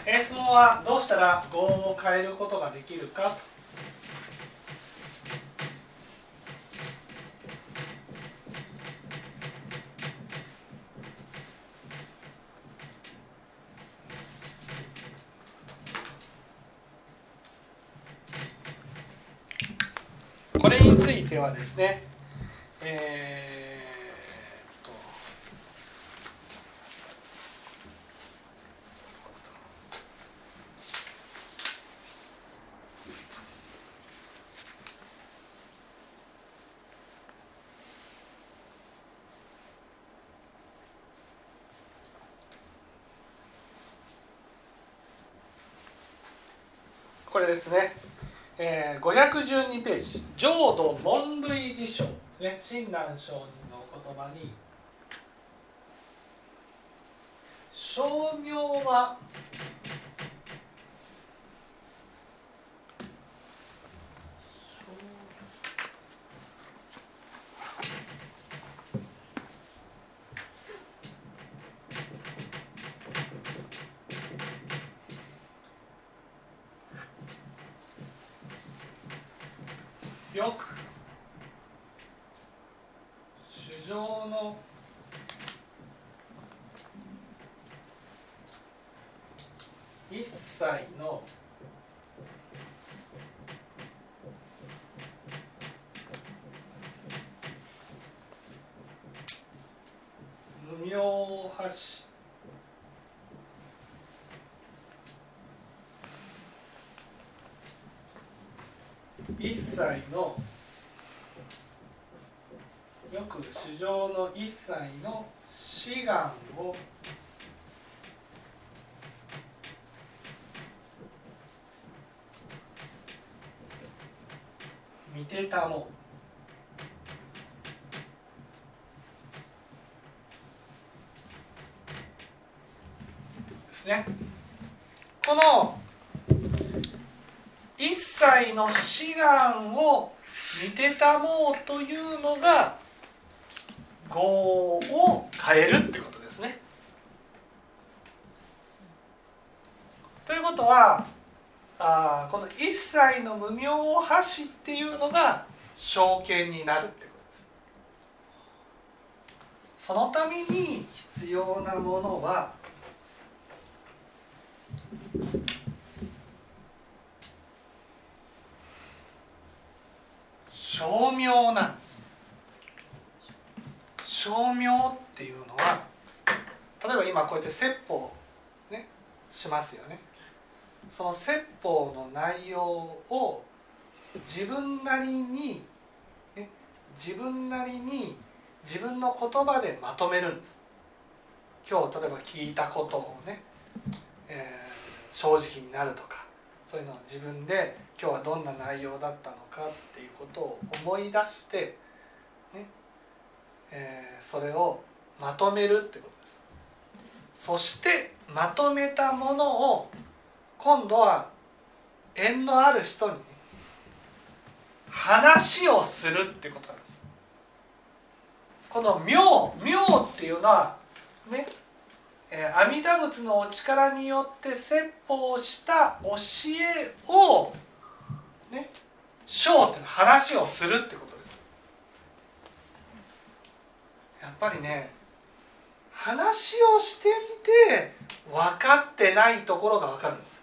質問はどうしたら語を変えることができるかと。これについてはですね、これですね、512ページ、浄土門類辞書、ね、親鸞上人の言葉に、称名はよく主情の一切の無明破し一切のよく主情の一切の志願を見てたもですね。この一切の志願を見てたもうというのが語を変えるってことですね。ということはこの一切の無明を破しっていうのが正見になるってことです。そのために必要なものは称名なんです。称名っていうのは、例えば今こうやって説法ねしますよね。その説法の内容を自分なりに、ね、自分の言葉でまとめるんです。今日例えば聞いたことをね、正直になるとか、そういうのを自分で今日はどんな内容だったのかっていうことを思い出して、ねそれをまとめるってことです。そしてまとめたものを今度は縁のある人に、ね、話をするってことなんです。この妙っていうのはね、阿弥陀仏のお力によって説法した教えをね、章っていうのは話をするってことです。やっぱりね、話をしてみて分かってないところが分かるんです。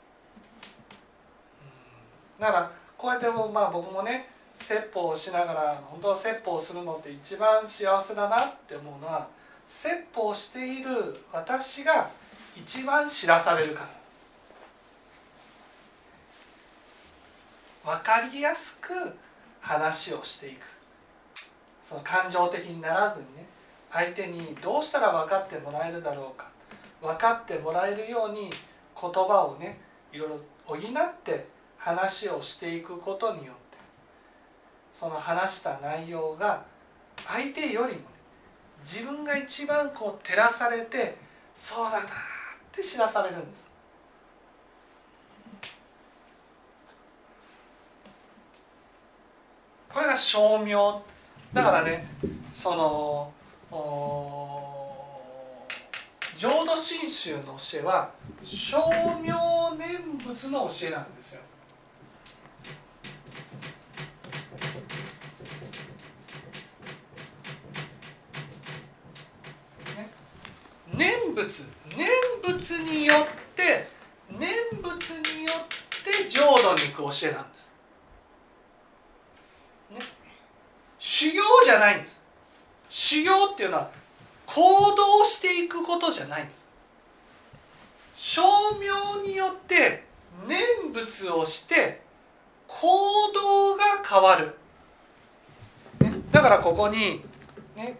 だからこうやって僕もね、説法をしながら本当は説法するのって一番幸せだなって思うのは、説法している私が一番知らされるからなんです。分かりやすく話をしていく、その感情的にならずにね、相手にどうしたら分かってもらえるだろうか、分かってもらえるように言葉をねいろいろ補って話をしていくことによって、その話した内容が相手よりも、ね、自分が一番こう照らされて、そうだなって知らされるんです。これが称名だからね、その浄土真宗の教えは称名念仏の教えなんですよ。念仏によって浄土に行く教えなんです、ね、修行じゃないんです。修行っていうのは行動していくことじゃないんです。称名によって念仏をして行動が変わる、ね、だからここにね、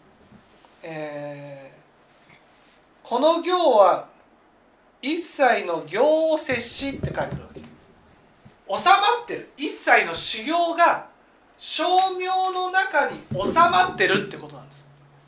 この行は一切の行を摂しって書いてあるわけ。収まってる。一切の修行が称名の中に収まってるってことなんです。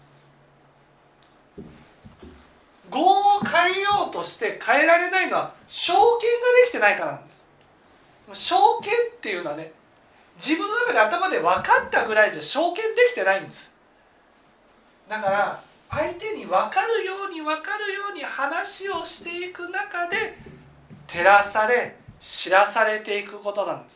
業を変えようとして変えられないのは正見ができてないからなんです。正見っていうのはね、自分の中で頭で分かったぐらいじゃ正見できてないんです。だから相手に分かるように話をしていく中で照らされ知らされていくことなんです。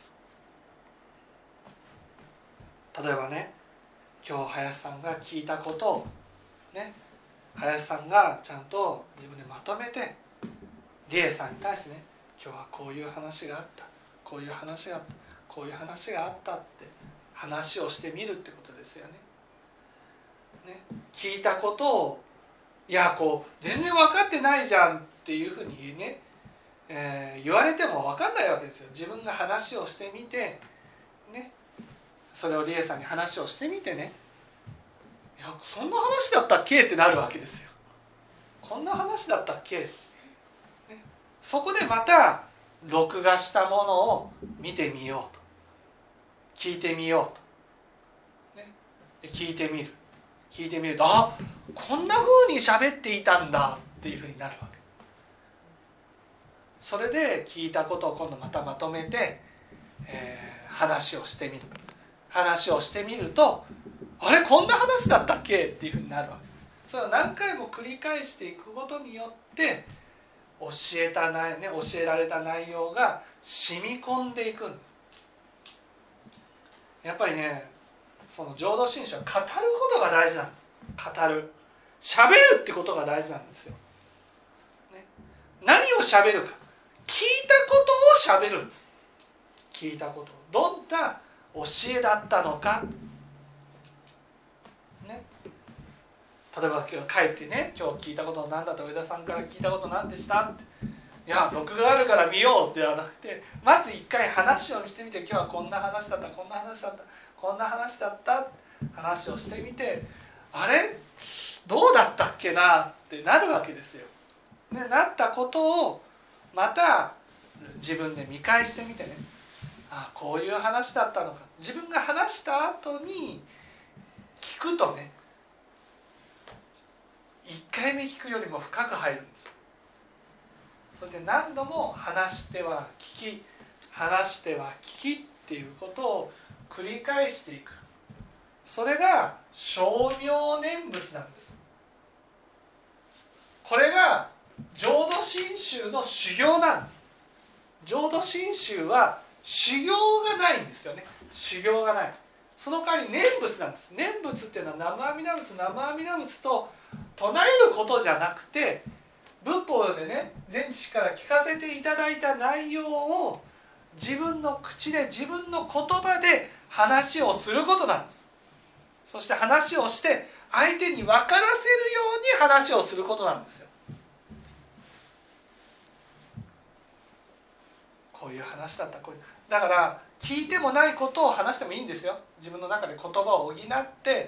例えばね、今日林さんが聞いたことをね、林さんがちゃんと自分でまとめて理恵さんに対してね、今日はこういう話があった、こういう話があった、こういう話があったって話をしてみるってことですよね。聞いたことをいやこう全然分かってないじゃんっていうふうにね、言われても分かんないわけですよ。自分が話をしてみてね、それを理恵さんに話をしてみてね、いやそんな話だったっけってなるわけですよ。こんな話だったっけ、ね、そこでまた録画したものを見てみようと、聞いてみようと、ね、聞いてみると、あ、こんな風に喋っていたんだっていう風になるわけ。それで聞いたことを今度またまとめて、話をしてみると、あれこんな話だったっけっていう風になるわけです。それを何回も繰り返していくことによって教えられた内容が染み込んでいくんです。やっぱりね、その浄土真宗は語ることが大事なんです。喋るってことが大事なんですよ、ね、何を喋るか、聞いたことを喋るんです。聞いたこと、どんな教えだったのか、ね、例えば今日帰ってね、今日聞いたこと何だった、上田さんから聞いたこと何でしたって、いや録画あるから見ようってはなくて、まず一回話をしてみて、今日はこんな話だった、こんな話だった、こんな話だった話をしてみて、あれどうだったっけなってなるわけですよ。でなったことをまた自分で見返してみてね、あ、こういう話だったのか。自分が話した後に聞くとね、1回目聞くよりも深く入るんです。それで何度も話しては聞きっていうことを繰り返していく。それが称名念仏なんです。これが浄土真宗の修行なんです。浄土真宗は修行がないんですよね。修行がない。その代わり念仏なんです。念仏っていうのは南無阿弥陀仏、南無阿弥陀仏と唱えることじゃなくて、仏法でね、全知から聞かせていただいた内容を自分の口で、自分の言葉で話をすることなんです。そして話をして相手に分からせるように話をすることなんですよ。こういう話だった、こういう。だから聞いてもないことを話してもいいんですよ。自分の中で言葉を補って、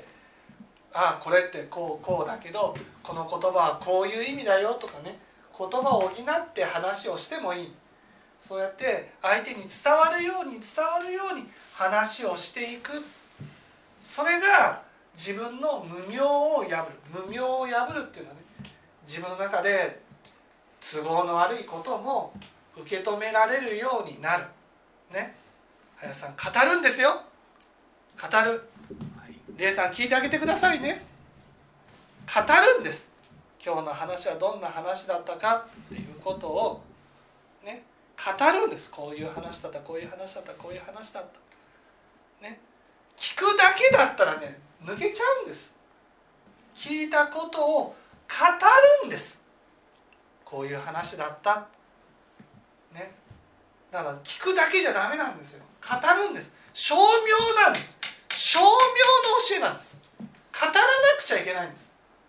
ああこれってこうだけど、この言葉はこういう意味だよとかね、言葉を補って話をしてもいい。そうやって相手に伝わるように話をしていく。それが自分の無明を破る。無明を破るっていうのはね、自分の中で都合の悪いことも受け止められるようになるね。林さん語るんですよ。語る。レイさん聞いてあげてくださいね。語るんです。 今日の話はどんな話だったかっていうことをね語るんです。こういう話だった、こういう話だった、こういう話だったね。聞くだけだったらね抜けちゃうんです。聞いたことを語るんです。こういう話だったね。だから聞くだけじゃダメなんですよ。語るんです。称名なんです。称名の教えなんです。語らなくちゃいけないんです。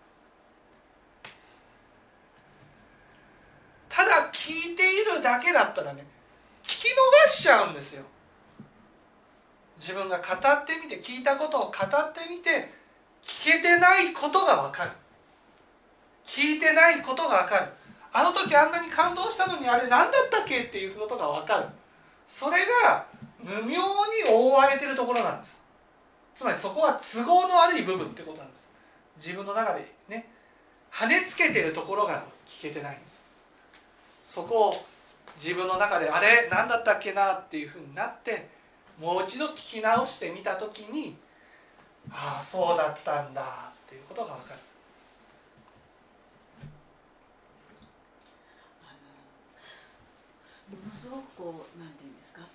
ただ聞いているだけだったらね聞き逃しちゃうんですよ。自分が語ってみて、聞いたことを語ってみて、聞けてないことが分かる、聞いてないことが分かる、あの時あんなに感動したのにあれ何だったっけっていうことが分かる。それが無明に覆われているところなんです。つまりそこは都合の悪い部分ってことなんです。自分の中でね跳ねつけているところが聞けてないんです。そこを自分の中であれ何だったっけなっていうふうになってもう一度聞き直してみたときに、ああそうだったんだっていうことが分かる。 ものすごくこうなんていうんですか、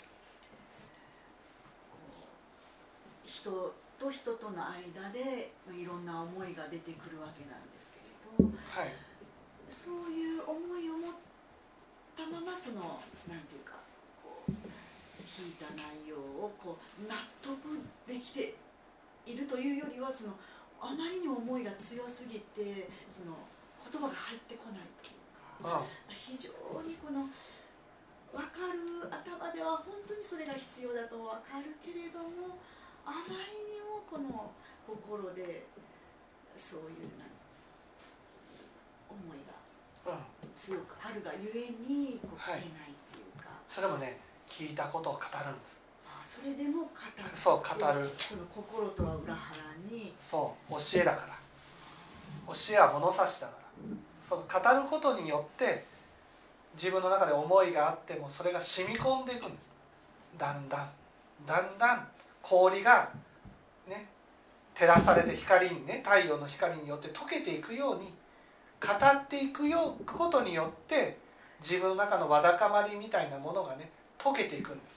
人と人との間でいろんな思いが出てくるわけなんですけれど、 はい、 そういう思いを持ったままそのなんていうかこう聞いた内容をこう納得できているというよりは、そのあまりにも思いが強すぎてその言葉が入ってこないというか、非常にこの分かる、頭では本当にそれが必要だと分かるけれども、あまりにもこの心でそういう思いが強くあるがゆえにこう聞けないっていうか、 それもね聞いたことを語るんです。 それでも語る、 そう語る、 その心とは裏腹に、 そう教えだから、教えは物差しだから、その語ることによって自分の中で思いがあってもそれが染み込んでいくんです。だんだんだんだん氷がね照らされて光にね、太陽の光によって溶けていくように語っていくことによって自分の中のわだかまりみたいなものがね溶けていくんです。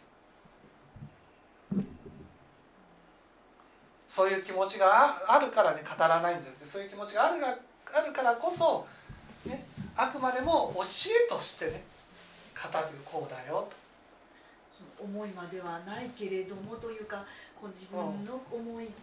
そういう気持ちがあるからね語らないんじゃなくて、そういう気持ちがあるからこそ、ね、あくまでも教えとしてね語る、こうだよと。 その思いまではないけれどもというか、こう自分の思い、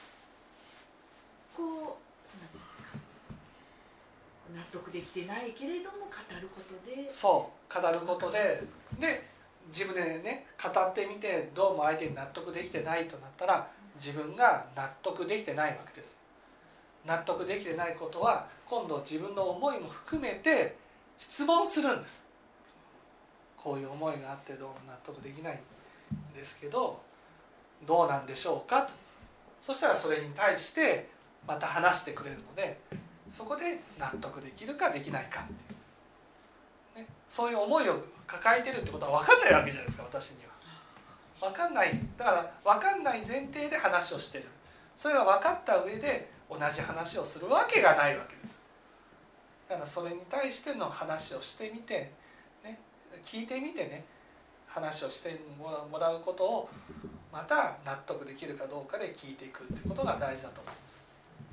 こう何ですか、納得できてないけれども語ることで、 そう語ることで自分でね語ってみてどうも相手に納得できてないとなったら自分が納得できてないわけです。納得できてないことは今度自分の思いも含めて質問するんです。こういう思いがあってどうも納得できないんですけどどうなんでしょうかと。そしたらそれに対してまた話してくれるので、そこで納得できるかできないかっていう、ね、そういう思いを抱えてるってことは分かんないわけじゃないですか。私には分かんない。だから分かんない前提で話をしてる。それが分かった上で同じ話をするわけがないわけです。だからそれに対しての話をしてみて、ね、聞いてみてね、話をしてもらうことをまた納得できるかどうかで聞いていくってことが大事だと思います。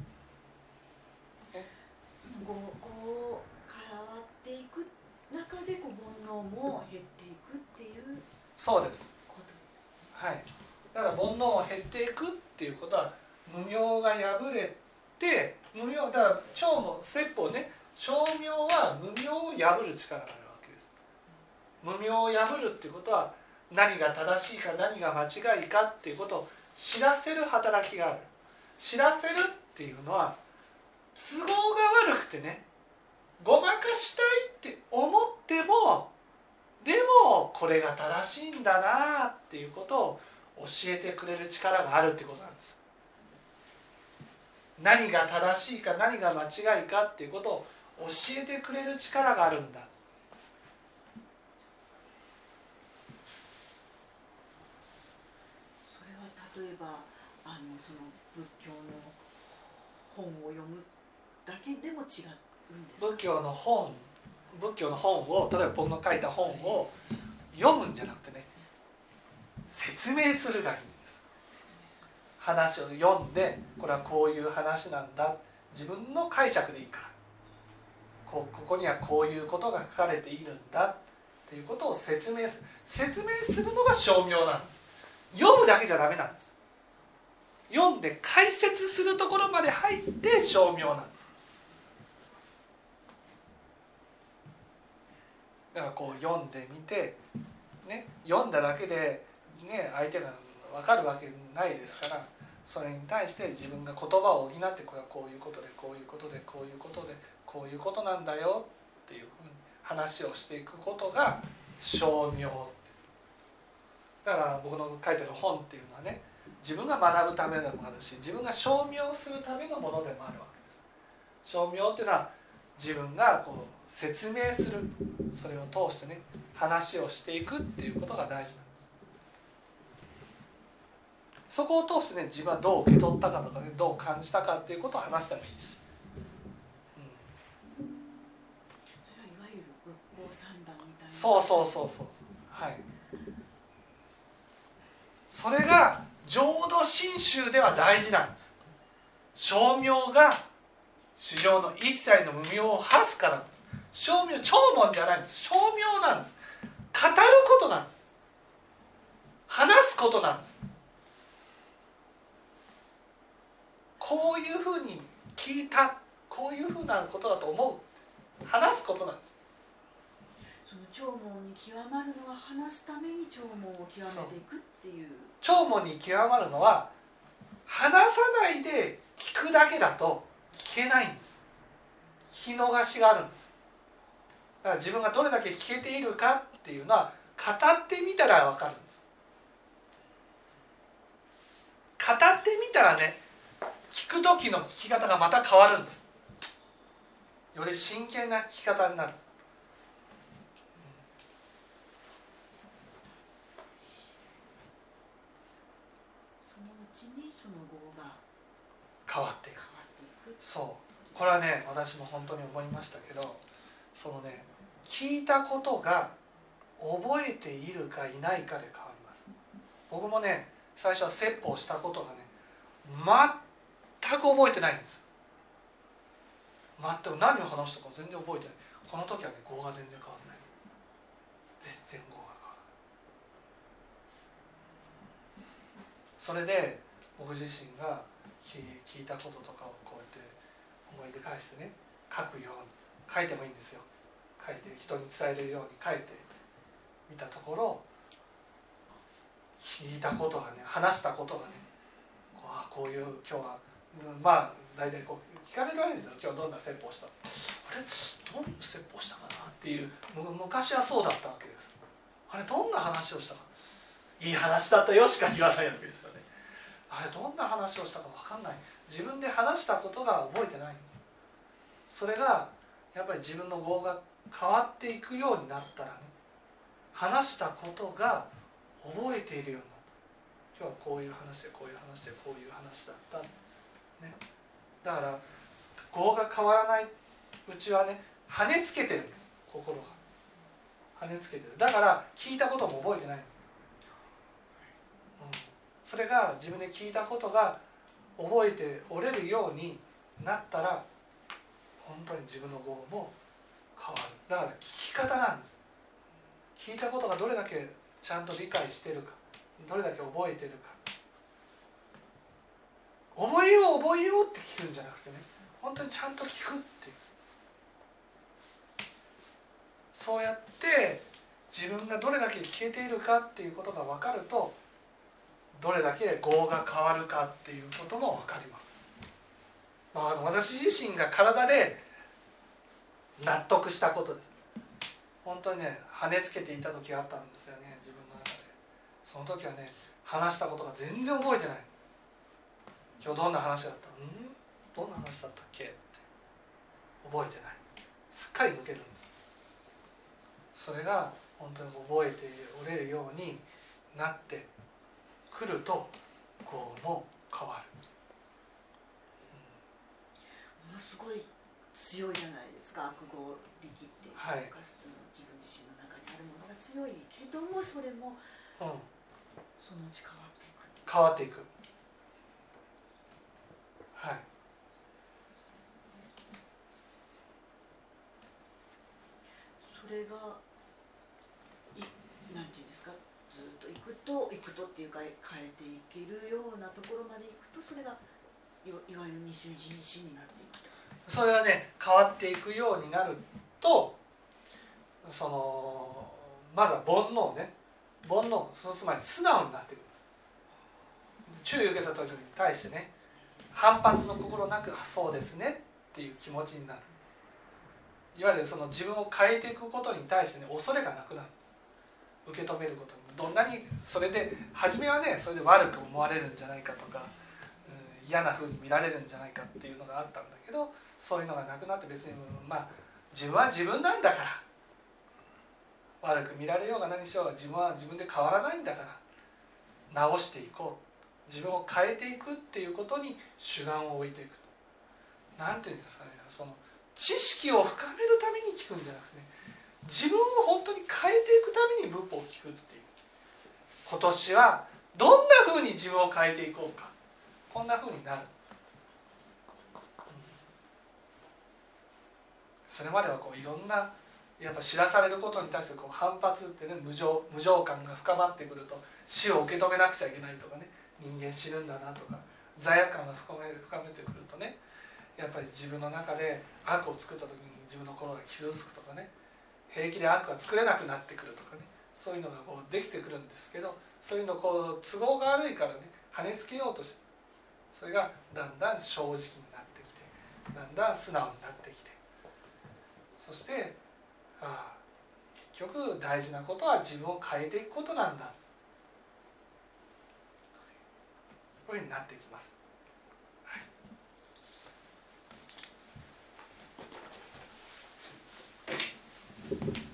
ね、 こう変わっていく中でこう煩悩も減っていくっていうそうです。 ことです。 はい。だから煩悩が減っていくっていうことは無明が破れて、無明だから超も説法ね、称名は無明を破る力があるわけです。無明を破るっていうことは何が正しいか何が間違いかっていうことを知らせる働きがある。知らせるっていうのは都合が悪くてね、ごまかしたいって思ってもでもこれが正しいんだなっていうことを教えてくれる力があるってことなんです。何が正しいか何が間違いかっていうことを教えてくれる力があるんだ。 それは例えばその仏教の本を読むだけでも違う。 ですか？ 仏教の本を、例えば僕の書いた本を読むんじゃなくてね、説明するがいいんです。話を読んで、これはこういう話なんだ、自分の解釈でいいから、ここにはこういうことが書かれているんだっていうことを説明するのが称名なんです。読むだけじゃダメなんです。読んで解説するところまで入って称名なんです。だからこう読んでみて、ね、読んだだけで、ね、相手が分かるわけないですから、それに対して自分が言葉を補って、これはこういうことでこういうことでこういうことでこういうことなんだよっていうふうに話をしていくことが称名。だから僕の書いてる本っていうのはね、自分が学ぶためでもあるし、自分が称名するためのものでもあるわけです。称名っていうのは自分がこう説明する、それを通してね、話をしていくっていうことが大事なんです。そこを通してね、自分はどう受け取ったかとかね、どう感じたかっていうことを話してもいいし、 それはいわゆる仏法三段みたいな。 そう、はい。それが浄土真宗では大事なんです。称名が修行の一切の無明を発すからなんです。称名、聴聞じゃないんです。称名なんです。語ることなんです。話すことなんです。こういうふうに聞いた、こういうふうなことだと思う、話すことなんです。 その聴聞に極まるのは話すために聴聞を極めていくっていう。 聴聞に極まるのは話さないで聞くだけだと聞けないんです。聞き逃しがあるんです。だから自分がどれだけ聞けているかっていうのは語ってみたら分かるんです。語ってみたらね、聞く時の聞き方がまた変わるんです。より真剣な聞き方になる。 そのうちにその業が変わっていく。そう、これはね、私も本当に思いましたけど、そのね、聞いたことが覚えているかいないかで変わります。僕もね、最初は説法したことがね、全く覚えてないんです。全く何を話したか全然覚えてない。この時はね、業が全然変わらない。全然業が変わらない。それで僕自身が聞いたこととかをこうやって思い出返してね、書くように、書いてもいいんですよ。書いて人に伝えるように書いてみたところ、聞いたことがね、話したことがね、こういう今日はまあ大体こう聞かれるわけですよ。今日どんな説法した、あれどんな説法したかなっていう、昔はそうだったわけです。あれどんな話をしたか、いい話だったよしか言わないわけですよね。あれどんな話をしたか分かんない。自分で話したことが覚えてないんです。それがやっぱり自分の業が変わっていくようになったらね、話したことが覚えているようになった。今日はこういう話でこういう話でこういう話だった、ね、だから業が変わらないうちはね、跳ねつけてるんです。心が跳ねつけてる。だから聞いたことも覚えてないんです、それが自分で聞いたことが覚えておれるようになったら、本当に自分の業も変わる。だから聞き方なんです。聞いたことがどれだけちゃんと理解してるか、どれだけ覚えてるか。覚えよう覚えようって聞くんじゃなくてね、本当にちゃんと聞くっていう。そうやって自分がどれだけ聞けているかっていうことが分かると、どれだけ業が変わるかっていうことも分かります。私自身が体で納得したことです。本当にね、跳ねつけていた時があったんですよね、自分の中で。その時はね、話したことが全然覚えてない。今日どんな話だった？どんな話だったっけって覚えてない。すっかり抜けるんです。それが本当に覚えておれるようになってくると、業も変わる。 ものすごい強いじゃないですか。悪合力っていうか、 はいその自分自身の中にあるものが強いけども、それもそのうち変わっていく。 変わっていく。はい。 それがなんていうんですか、ずっと行くとっていうか変えていけるようなところまで行くと、それがいわゆる二種人種になっていくと。 それがね変わっていくようになると、そのまずは煩悩ね、煩悩、つまり素直になっていくんです。注意を受けた時に対してね、反発の心なく、あ、そうですねっていう気持ちになる。いわゆるその自分を変えていくことに対してね、恐れがなくなるんです。受け止めることに、どんなにそれで初めはね、それで悪く思われるんじゃないかとか、嫌な風に見られるんじゃないかっていうのがあったんだけど、そういうのがなくなって、別にまあ自分は自分なんだから、悪く見られようが何しようが自分は自分で変わらないんだから、直していこう、自分を変えていくっていうことに主眼を置いていくと。なんていうんですかね、その知識を深めるために聞くんじゃなくてね、自分を本当に変えていくために仏法を聞くっていう。今年はどんなふうに自分を変えていこうか、こんなふうになる。それまではこういろんなやっぱ知らされることに対してこう反発ってね、無常感が深まってくると、死を受け止めなくちゃいけないとかね、人間死ぬんだなとか、罪悪感が深めてくるとね、やっぱり自分の中で悪を作った時に自分の心が傷つくとかね、平気で悪が作れなくなってくるとかね、そういうのがこうできてくるんですけど、そういうのこう都合が悪いからね、跳ねつけようとして、それがだんだん正直になってきて、だんだん素直になってきて、そして結局大事なことは自分を変えていくことなんだ、こういうふうになっていきます。はい。